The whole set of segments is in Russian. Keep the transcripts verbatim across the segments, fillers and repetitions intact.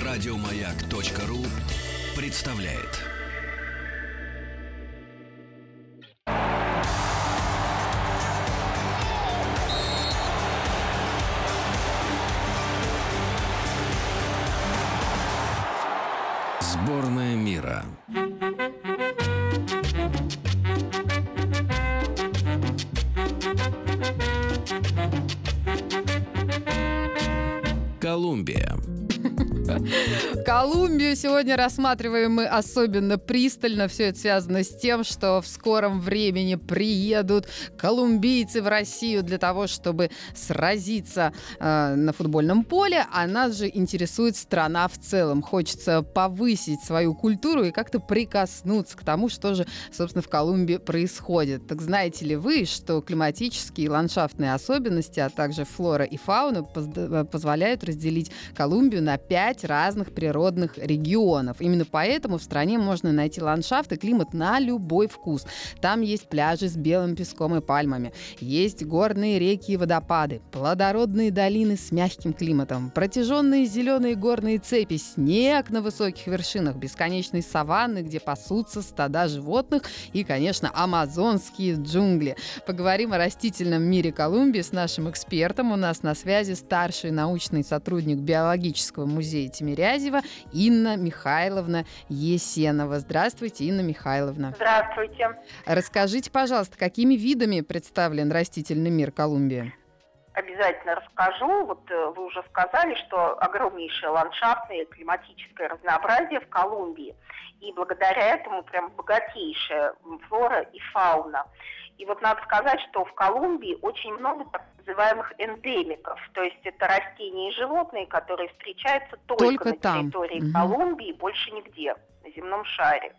Радиомаяк.ру представляет. Сборная мира. Колумбия. Колумбию сегодня рассматриваем мы особенно пристально. Все это связано с тем, что в скором времени приедут колумбийцы в Россию для того, чтобы сразиться э, на футбольном поле. А нас же интересует страна в целом. Хочется повысить свою культуру и как-то прикоснуться к тому, что же, собственно, в Колумбии происходит. Так знаете ли вы, что климатические и ландшафтные особенности, а также флора и фауна поз- позволяют разделить Колумбию на пять разных природных регионов. Именно поэтому в стране можно найти ландшафт и климат на любой вкус. Там есть пляжи с белым песком и пальмами, есть горные реки и водопады, плодородные долины с мягким климатом, протяженные зеленые горные цепи, снег на высоких вершинах, бесконечные саванны, где пасутся стада животных и, конечно, амазонские джунгли. Поговорим о растительном мире Колумбии с нашим экспертом. У нас на связи старший научный сотрудник биологического музея Тимирязева Инна Михайловна Есенова. Здравствуйте, Инна Михайловна. Здравствуйте. Расскажите, пожалуйста, какими видами представлен растительный мир Колумбии? Обязательно расскажу. Вот вы уже сказали, что огромнейшее ландшафтное и климатическое разнообразие в Колумбии. И благодаря этому прям богатейшая флора и фауна. И вот надо сказать, что в Колумбии очень много так называемых эндемиков. То есть это растения и животные, которые встречаются только, только на там. территории угу. Колумбии, больше нигде на земном шаре.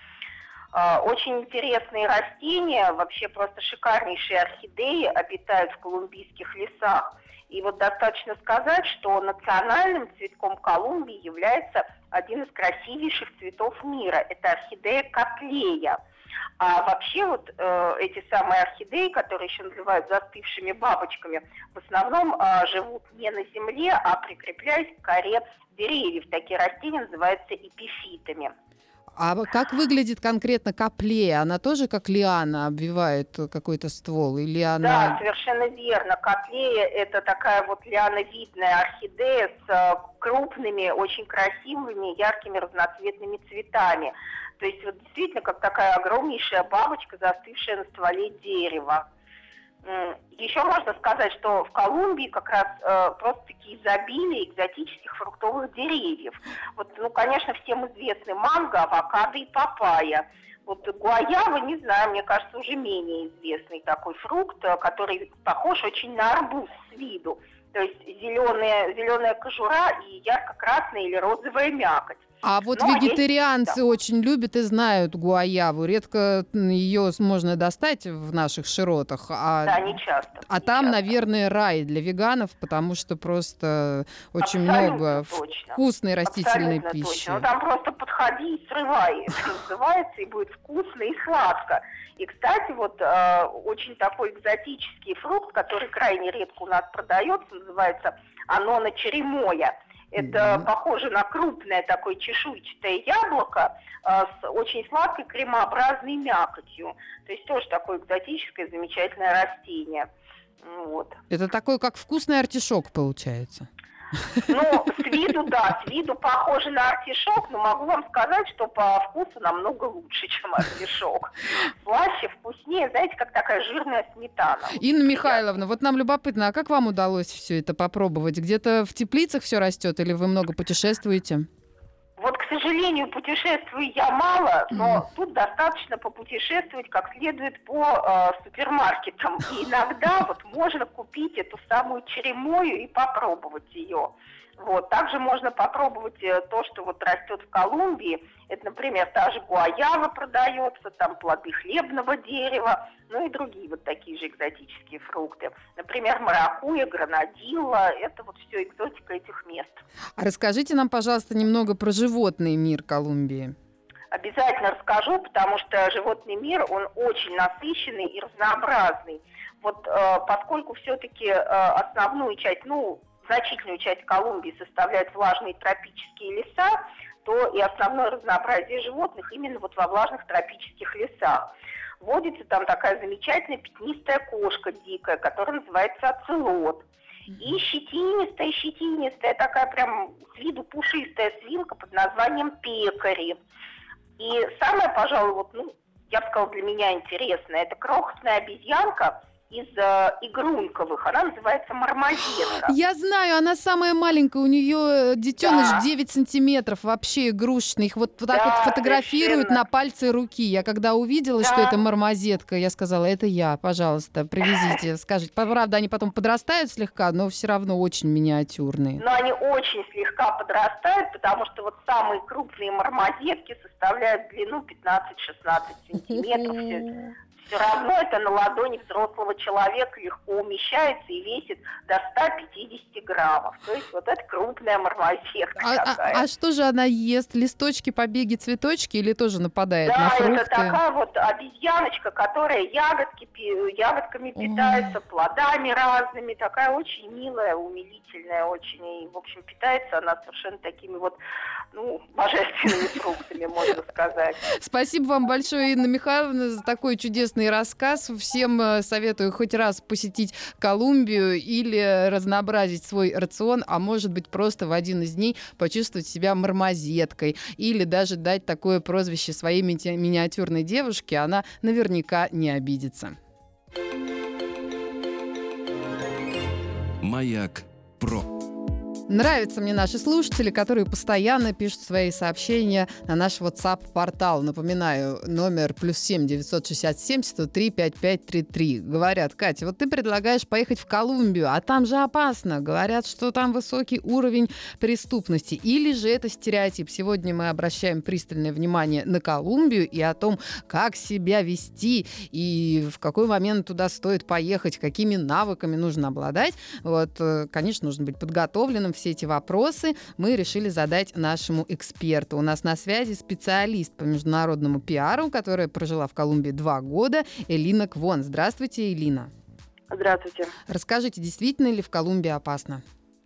Очень интересные растения, вообще просто шикарнейшие орхидеи обитают в колумбийских лесах. И вот достаточно сказать, что национальным цветком Колумбии является один из красивейших цветов мира. Это орхидея котлея. А вообще вот э, эти самые орхидеи, которые еще называют застывшими бабочками, в основном э, живут не на земле, а прикрепляясь к коре деревьев. Такие растения называются эпифитами. А как выглядит конкретно котлея? Она тоже как лиана обвивает какой-то ствол? Или она... Да, совершенно верно. Котлея – это такая вот лиановидная орхидея с крупными, очень красивыми, яркими разноцветными цветами. То есть вот действительно как такая огромнейшая бабочка, застывшая на стволе дерева. Еще можно сказать, что в Колумбии как раз э, просто-таки изобилие экзотических фруктовых деревьев. Вот, ну, конечно, всем известны манго, авокадо и папайя. Вот гуаява, не знаю, мне кажется, уже менее известный такой фрукт, который похож очень на арбуз с виду. То есть зеленая, зеленая кожура и ярко-красная или розовая мякоть. А вот Но вегетарианцы есть, да. очень любят и знают гуаяву. Редко ее можно достать в наших широтах. А, да, не часто. А не там, часто. наверное, рай для веганов, потому что просто очень Абсолютно много точно. вкусной растительной Абсолютно пищи. Точно. Ну, там просто подходи и срывай, это называется, и будет вкусно и сладко. И, кстати, вот э, очень такой экзотический фрукт, который крайне редко у нас продается, называется анона черемоя. Это mm-hmm. похоже на крупное такое чешуйчатое яблоко э, с очень сладкой кремообразной мякотью. То есть тоже такое экзотическое, замечательное растение. Вот. Это такой, как вкусный артишок, получается. Ну, с виду, да, с виду похоже на артишок, но могу вам сказать, что по вкусу намного лучше, чем артишок. Слаще, вкуснее, знаете, как такая жирная сметана. Инна Михайловна, вот нам любопытно, а как вам удалось все это попробовать? Где-то в теплицах все растет или вы много путешествуете? Вот, к сожалению, путешествую я мало, но mm. тут достаточно попутешествовать как следует по э, супермаркетам. И иногда вот можно купить эту самую черемою и попробовать ее. Вот. Также можно попробовать то, что вот растет в Колумбии. Это, например, та же гуаява продается, там плоды хлебного дерева, ну и другие вот такие же экзотические фрукты. Например, маракуйя, гранадилла. Это вот все экзотика этих мест. А расскажите нам, пожалуйста, немного про животный мир Колумбии. Обязательно расскажу, потому что животный мир, он очень насыщенный и разнообразный. Вот э, поскольку все-таки э, основную часть, ну, в значительную часть Колумбии составляют влажные тропические леса, то и основное разнообразие животных именно вот во влажных тропических лесах. Водится там такая замечательная пятнистая кошка дикая, которая называется оцелот. И щетинистая, щетинистая, такая прям с виду пушистая свинка под названием пекари. И самое, пожалуй, вот, ну, я бы сказала, для меня интересное, это крохотная обезьянка из э, игруньковых, она называется мармозетка. Я знаю, она самая маленькая, у нее детеныш Да. девять сантиметров, вообще игрушечный. Их вот, вот так Да, вот фотографируют совершенно. на пальце руки. Я когда увидела, Да. что это мармозетка, я сказала, это я, пожалуйста, привезите, скажите. Правда, они потом подрастают слегка, но все равно очень миниатюрные. Но они очень слегка подрастают, потому что вот самые крупные мармозетки составляют длину пятнадцать-шестнадцать сантиметров. Все равно это на ладони взрослого человека легко умещается и весит до ста пятидесяти граммов. То есть вот это крупная мармозетка А, такая. а- а что же она ест? Листочки, побеги, цветочки или тоже нападает на Да, фрукты? это такая вот обезьяночка, которая ягодки, пи- ягодками питается, плодами разными. Такая очень милая, умилительная очень. И, в общем, питается она совершенно такими вот, ну, божественными фруктами, можно сказать. Спасибо вам большое, Инна Михайловна, за такой чудесный рассказ. Всем э, советую хоть раз посетить Колумбию или разнообразить свой рацион, а может быть просто в один из дней почувствовать себя мармозеткой или даже дать такое прозвище своей ми- миниатюрной девушке. Она наверняка не обидится. Маяк про. Нравятся мне наши слушатели, которые постоянно пишут свои сообщения на наш WhatsApp-портал. Напоминаю, номер плюс семь девятьсот шестьдесят семь сто три пятьдесят пять тридцать три. Говорят, Катя, вот ты предлагаешь поехать в Колумбию, а там же опасно. Говорят, что там высокий уровень преступности. Или же это стереотип? Сегодня мы обращаем пристальное внимание на Колумбию и о том, как себя вести и в какой момент туда стоит поехать, какими навыками нужно обладать. Вот, э, конечно, нужно быть подготовленным. Все эти вопросы мы решили задать нашему эксперту. У нас на связи специалист по международному пиару, которая прожила в Колумбии два года, Элина Квон. Здравствуйте, Элина. Здравствуйте. Расскажите, действительно ли в Колумбии опасно?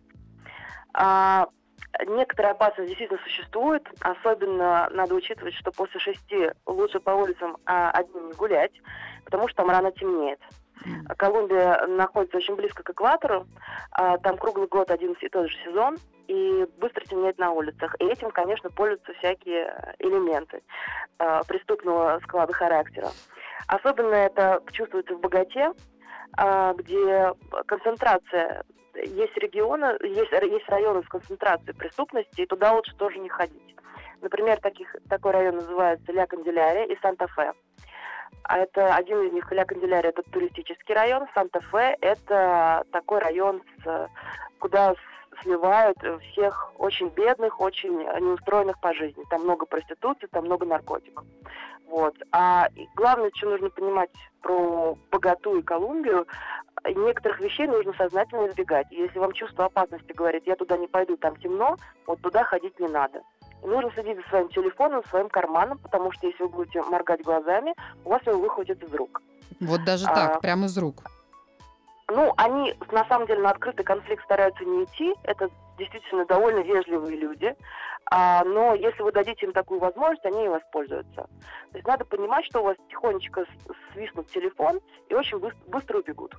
А, некоторая опасность действительно существует. Особенно надо учитывать, что после шести лучше по улицам а, одним не гулять, потому что там рано темнеет. Колумбия находится очень близко к экватору, а, там круглый год один и тот же сезон, и быстро темнеет на улицах. И этим, конечно, пользуются всякие элементы а, преступного склада характера. Особенно это чувствуется в богате, а, где концентрация, есть регионы, есть, есть районы с концентрацией преступности, и туда лучше тоже не ходить. Например, таких, такой район называется Ля Канделярия и Санта-Фе. А это один из них, Ля Канделярия, это туристический район, Санта-Фе это такой район, с, куда сливают всех очень бедных, очень неустроенных по жизни. Там много проституции, там много наркотиков. Вот. А главное, что нужно понимать про богату и Колумбию, некоторых вещей нужно сознательно избегать. Если вам чувство опасности говорит, я туда не пойду, там темно, вот туда ходить не надо. И нужно следить за своим телефоном, своим карманом, потому что если вы будете моргать глазами, у вас его выхватит из рук. Вот даже А, так, прямо из рук. Ну, они на самом деле на открытый конфликт стараются не идти. Это действительно довольно вежливые люди. А, но если вы дадите им такую возможность, они и воспользуются. То есть надо понимать, что у вас тихонечко свистнут телефон и очень быстро, быстро убегут.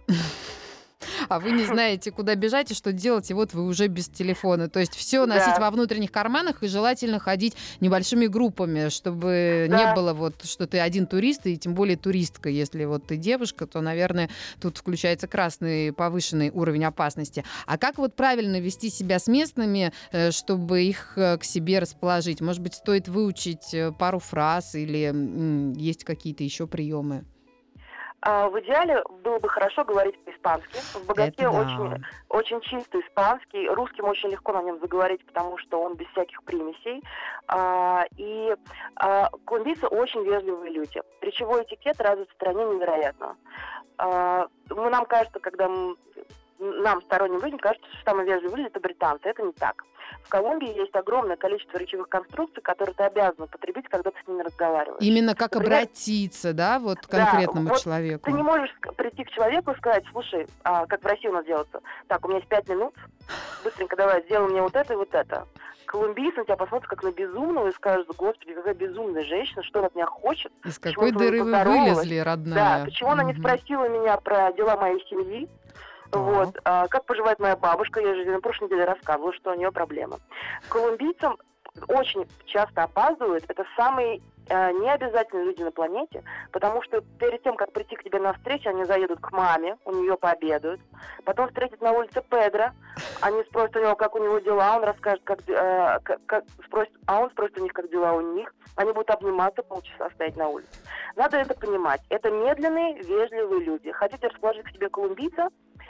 А вы не знаете, куда бежать и что делать, и вот вы уже без телефона. То есть все носить Да. во внутренних карманах и желательно ходить небольшими группами, чтобы Да. не было вот, что ты один турист, и тем более туристка. Если вот ты девушка, то, наверное, тут включается красный повышенный уровень опасности. А как вот правильно вести себя с местными, э, чтобы их э, к себе расположить? Может быть, стоит выучить э, пару фраз или м, есть какие-то еще приемы? А в идеале было бы хорошо говорить по-испански. В богате Это да. очень, очень чистый испанский. Русским очень легко на нем заговорить, потому что он без всяких примесей. А, и а, колумбийцы очень вежливые люди. Речевой этикет развит в стране невероятно. А, ну, нам кажется, когда мы, нам, сторонним людям, кажется, что самые вежливые люди — это британцы. Это не так. В Колумбии есть огромное количество речевых конструкций, которые ты обязан употребить, когда ты с ними разговариваешь. Именно как Например, обратиться, да, вот к да, конкретному вот человеку. Ты не можешь ск- прийти к человеку и сказать: слушай, а, как в России у нас делается, так, у меня есть пять минут, быстренько давай, сделай мне вот это и вот это. Колумбийцы на тебя посмотрят как на безумного и скажут: господи, какая безумная женщина, что она от меня хочет. Из какой дыры вы вылезли, родная? Да, почему она не спросила меня про дела моей семьи? Вот. А, как поживает моя бабушка? Я же на прошлой неделе рассказывала, что у нее проблемы. Колумбийцам очень часто опаздывают. Это самые э, необязательные люди на планете, потому что перед тем, как прийти к тебе на встречу, они заедут к маме, у нее пообедают, потом встретят на улице Педро, они спросят у него, как у него дела, он расскажет, как, э, как, как спросит, а он спросит у них, как дела у них, они будут обниматься, полчаса стоять на улице. Надо это понимать. Это медленные, вежливые люди. Хотите расположить к себе колумбийца,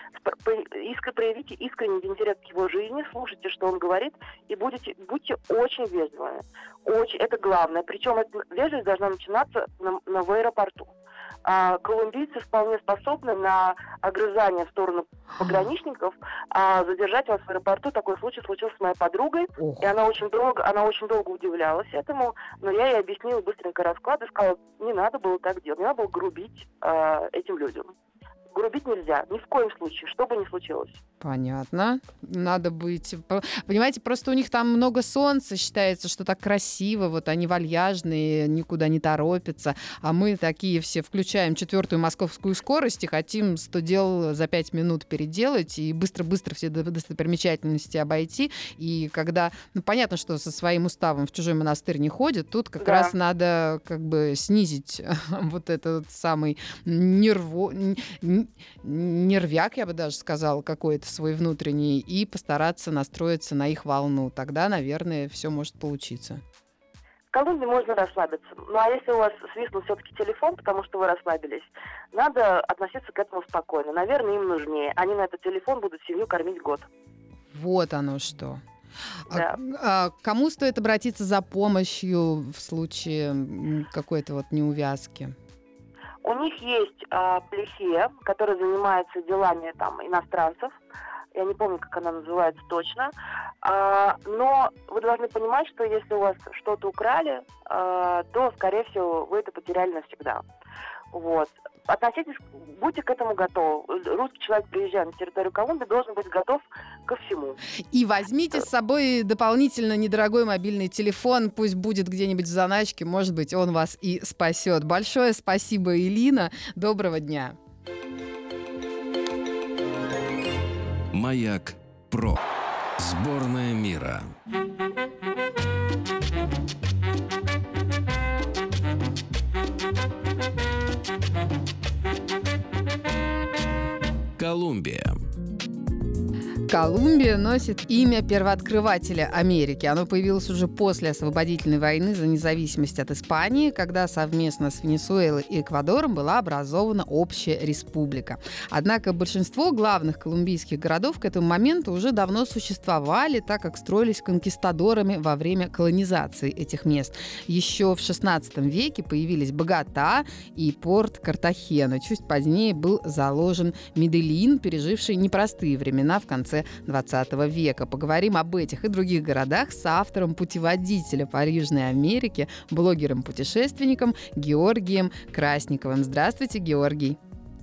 искренне проявите искренний интерес к его жизни, слушайте, что он говорит, и будете, будьте очень вежливыми. Очень, это главное. Причем эта вежливость должна начинаться на, на, в аэропорту. А, колумбийцы вполне способны на огрызание в сторону пограничников, а задержать вас в аэропорту. Такой случай случился с моей подругой, Ох. и она очень долго, она очень долго удивлялась этому, но я ей объяснила быстренько расклад и сказала: не надо было так делать, не надо было грубить а, этим людям. Грубить нельзя, ни в коем случае, что бы ни случилось. Понятно. Надо быть... Понимаете, просто у них там много солнца, считается, что так красиво, вот они вальяжные, никуда не торопятся, а мы такие все включаем четвертую московскую скорость и хотим сто дел за пять минут переделать и быстро-быстро все достопримечательности обойти. И когда... Ну, понятно, что со своим уставом в чужой монастырь не ходят, тут как да. раз надо как бы снизить вот этот самый нерво... нервяк, я бы даже сказала, какой-то свой внутренний, и постараться настроиться на их волну. Тогда, наверное, все может получиться. В Колумбии можно расслабиться. Ну, а если у вас свистнул все-таки телефон, потому что вы расслабились, надо относиться к этому спокойно. Наверное, им нужнее. Они на этот телефон будут семью кормить год. Вот оно что. Да. А, а кому стоит обратиться за помощью в случае какой-то вот неувязки? У них есть а, плехия, которая занимается делами там иностранцев. Я не помню, как она называется точно. А, но вы должны понимать, что если у вас что-то украли, а, то, скорее всего, вы это потеряли навсегда. Вот. Относитесь, будьте к этому готовы. Русский человек, приезжая на территорию Колумбии, должен быть готов ко всему. И возьмите с собой дополнительно недорогой мобильный телефон, пусть будет где-нибудь в заначке, может быть, он вас и спасет. Большое спасибо, Элина. Доброго дня. Маяк Про. Сборная мира. Колумбия. Колумбия носит имя первооткрывателя Америки. Оно появилось уже после освободительной войны за независимость от Испании, когда совместно с Венесуэлой и Эквадором была образована общая республика. Однако большинство главных колумбийских городов к этому моменту уже давно существовали, так как строились конкистадорами во время колонизации этих мест. Еще в шестнадцатом веке появились Богота и порт Картахена. Чуть позднее был заложен Медельин, переживший непростые времена в конце двадцатого века. Поговорим об этих и других городах с автором путеводителя по Южной Америке, блогером-путешественником Георгием Красниковым. Здравствуйте, Георгий.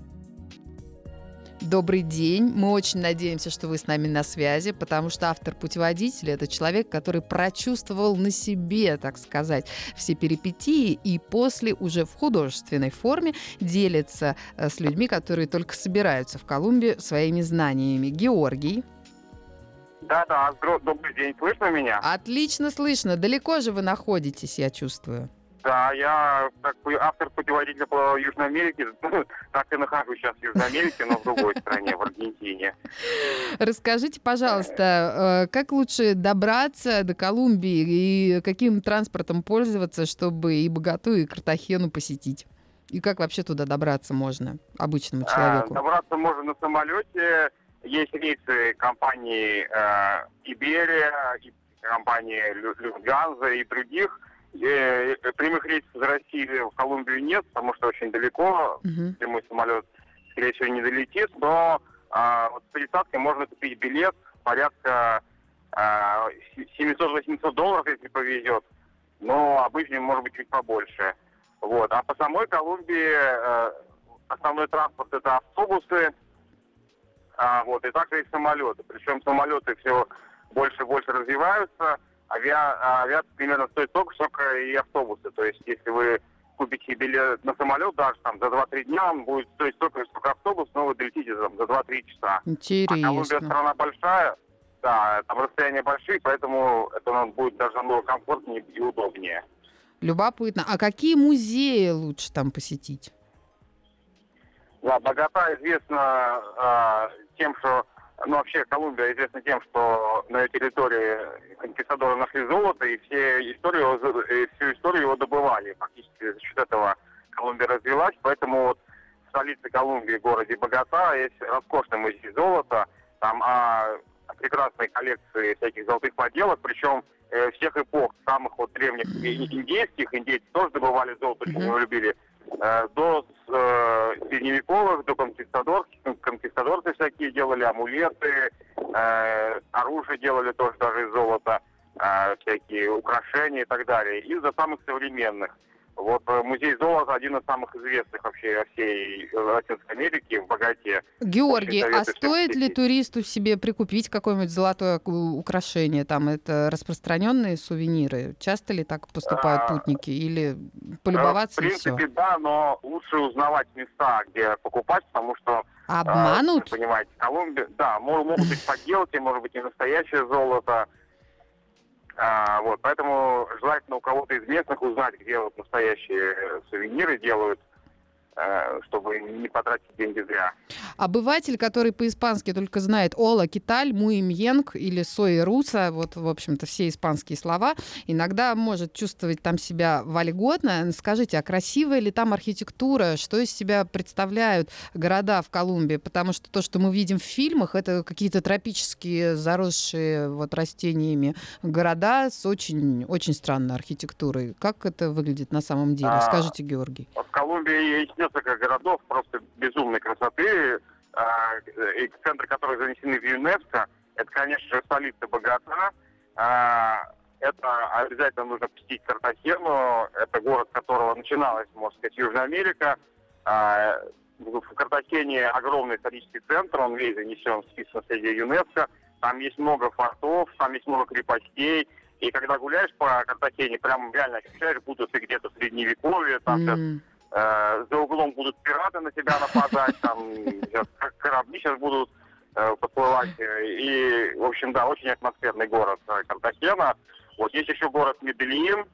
Добрый день. Мы очень надеемся, что вы с нами на связи, потому что автор путеводителя — это человек, который прочувствовал на себе, так сказать, все перипетии и после уже в художественной форме делится с людьми, которые только собираются в Колумбии, своими знаниями. Георгий. Да-да, добрый день. Слышно меня? Отлично слышно. Далеко же вы находитесь, я чувствую. Да, я как автор путеводителя по Южной Америке, так и нахожусь сейчас в Южной Америке, но в другой стране, в Аргентине. Расскажите, пожалуйста, как лучше добраться до Колумбии и каким транспортом пользоваться, чтобы и Боготу, и Картахену посетить? И как вообще туда добраться можно обычному человеку? А, добраться можно на самолете. Есть рейсы компании э, Иберия, компании Люфтганза и других. Э, прямых рейсов из России в Колумбию нет, потому что очень далеко, uh-huh. прямой самолет, скорее всего, не долетит, но э, вот с пересадкой можно купить билет порядка э, семьсот-восемьсот долларов, если повезет, но обычно может быть чуть побольше. Вот. А по самой Колумбии э, основной транспорт — это автобусы, А, вот, и также и самолеты. Причем самолеты все больше и больше развиваются. Авиа, а авиация примерно стоит столько, сколько и автобусы. То есть, если вы купите билет на самолет, даже там за два-три дня, он будет стоить столько, сколько автобус, но вы долетите там, за два-три часа. Интересно. А Колумбия страна большая, да, там расстояния большие, поэтому это нам будет даже намного комфортнее и удобнее. Любопытно. А какие музеи лучше там посетить? Да, Богота известна э, тем, что, ну вообще Колумбия известна тем, что на ее территории конкистадоры нашли золото, и все историю, и всю историю его добывали. Фактически за счет этого Колумбия развилась, поэтому вот в столице Колумбии, городе Богота, есть роскошный музей золота, там а, прекрасные коллекции всяких золотых поделок, причем э, всех эпох, самых вот древних индейских, индейцы тоже добывали золото, очень его любили, э, до э, средневековых, до конкистадорских, конкистадорцы всякие делали амулеты, э, оружие делали тоже даже из золота, э, всякие украшения и так далее, и до самых современных. Вот музей золота один из самых известных вообще во всей Латинской Америке, в Боготе. Георгий, а стоит ли туристу себе прикупить какое-нибудь золотое украшение? Там это распространенные сувениры? Часто ли так поступают а, путники? Или полюбоваться и все? В принципе, да, но лучше узнавать места, где покупать, потому что... Обманут? Вы понимаете, Колумбия... Да, могут быть подделки, может быть и настоящее золото. А, вот, поэтому желательно у кого-то из местных узнать, где вот настоящие сувениры делают, э, чтобы не потратить деньги зря. Обыватель, который по-испански только знает «Ола, Киталь», «Муи Мьенг» или «Сои Руса», вот, в общем-то, все испанские слова, иногда может чувствовать там себя вольготно. Скажите, а красивая ли там архитектура? Что из себя представляют города в Колумбии? Потому что то, что мы видим в фильмах, это какие-то тропические, заросшие вот растениями города с очень, очень странной архитектурой. Как это выглядит на самом деле? Скажите, Георгий. В Колумбии есть несколько городов просто безумной красоты, и центры которых занесены в ЮНЕСКО. Это, конечно же, столица Богота. Это обязательно нужно посетить Картахену. Это город, с которого начиналась, можно сказать, Южная Америка. В Картахене огромный исторический центр, он весь занесен в список наследия ЮНЕСКо. Там есть много фортов, там есть много крепостей. И когда гуляешь по Картахене, прям реально ощущаешь, будто ты где-то в Средневековье, там mm. сейчас э, за углом будут пираты на тебя нападать, там сейчас корабли сейчас будут э, подплывать. И, в общем, да, очень атмосферный город Картахена. Вот есть еще город Медельин,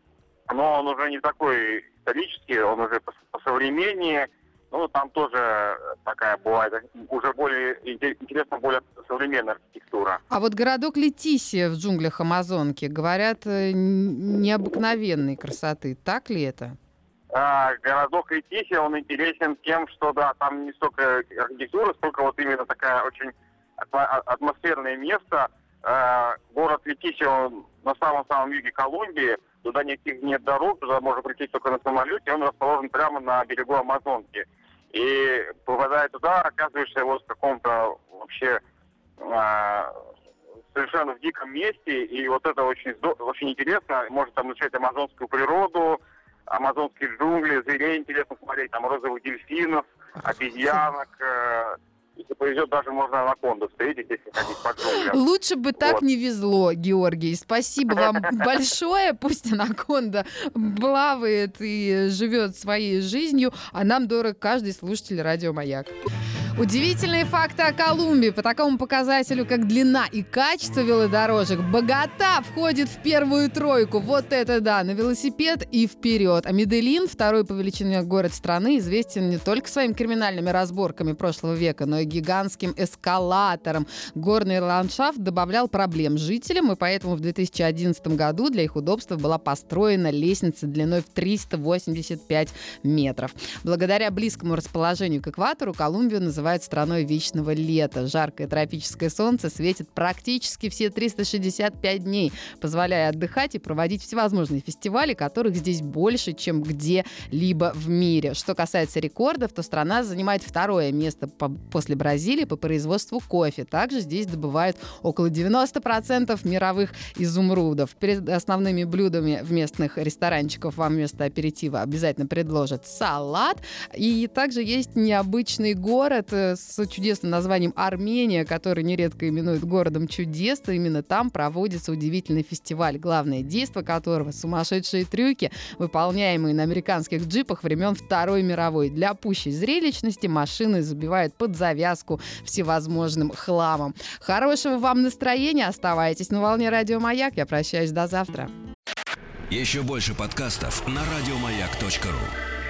но он уже не такой исторический, он уже посовременнее. Ну, там тоже такая бывает, уже более интересно, более современная архитектура. А вот городок Летисия в джунглях Амазонки, говорят, необыкновенной красоты. Так ли это? А, городок Летисия, он интересен тем, что, да, там не столько архитектура, сколько вот именно такая очень атмосферное место. А, город Летисия, он на самом-самом юге Колумбии, туда никаких нет дорог, туда можно прийти только на самолете, он расположен прямо на берегу Амазонки. И попадая туда, оказываешься вот в каком-то вообще э, совершенно в диком месте, и вот это очень, очень интересно, можно там изучать амазонскую природу, амазонские джунгли, зверей интересно смотреть, там розовых дельфинов, обезьянок, э, если повезет, даже можно анаконду встретить, если ходить по джунглям. Лучше бы так вот. Не везло, Георгий. Спасибо вам большое. Пусть анаконда плавает и живет своей жизнью, а нам дорог каждый слушатель радио «Маяк». Удивительные факты о Колумбии. По такому показателю, как длина и качество велодорожек, Богота входит в первую тройку. Вот это да, на велосипед и вперед. А Медельин, второй по величине город страны, известен не только своими криминальными разборками прошлого века, но и гигантским эскалатором. Горный ландшафт добавлял проблем жителям, и поэтому в две тысячи одиннадцатом году для их удобства была построена лестница длиной в триста восемьдесят пять метров. Благодаря близкому расположению к экватору Колумбию называют называют страной вечного лета. Жаркое тропическое солнце светит практически все триста шестьдесят пять дней, позволяя отдыхать и проводить всевозможные фестивали, которых здесь больше, чем где-либо в мире. Что касается рекордов, то страна занимает второе место по, после Бразилии по производству кофе. Также здесь добывают около девяносто процентов мировых изумрудов. Перед основными блюдами в местных ресторанчиках вам вместо аперитива обязательно предложат салат. И также есть необычный город, город с чудесным названием Армения, который нередко именуют городом чудес. Именно там проводится удивительный фестиваль, главное действо которого — сумасшедшие трюки, выполняемые на американских джипах времен Второй мировой. Для пущей зрелищности машины забивают под завязку всевозможным хламом. Хорошего вам настроения, оставайтесь на волне Радио Маяк. Я прощаюсь до завтра. Еще больше подкастов на радиомаяк точка ру.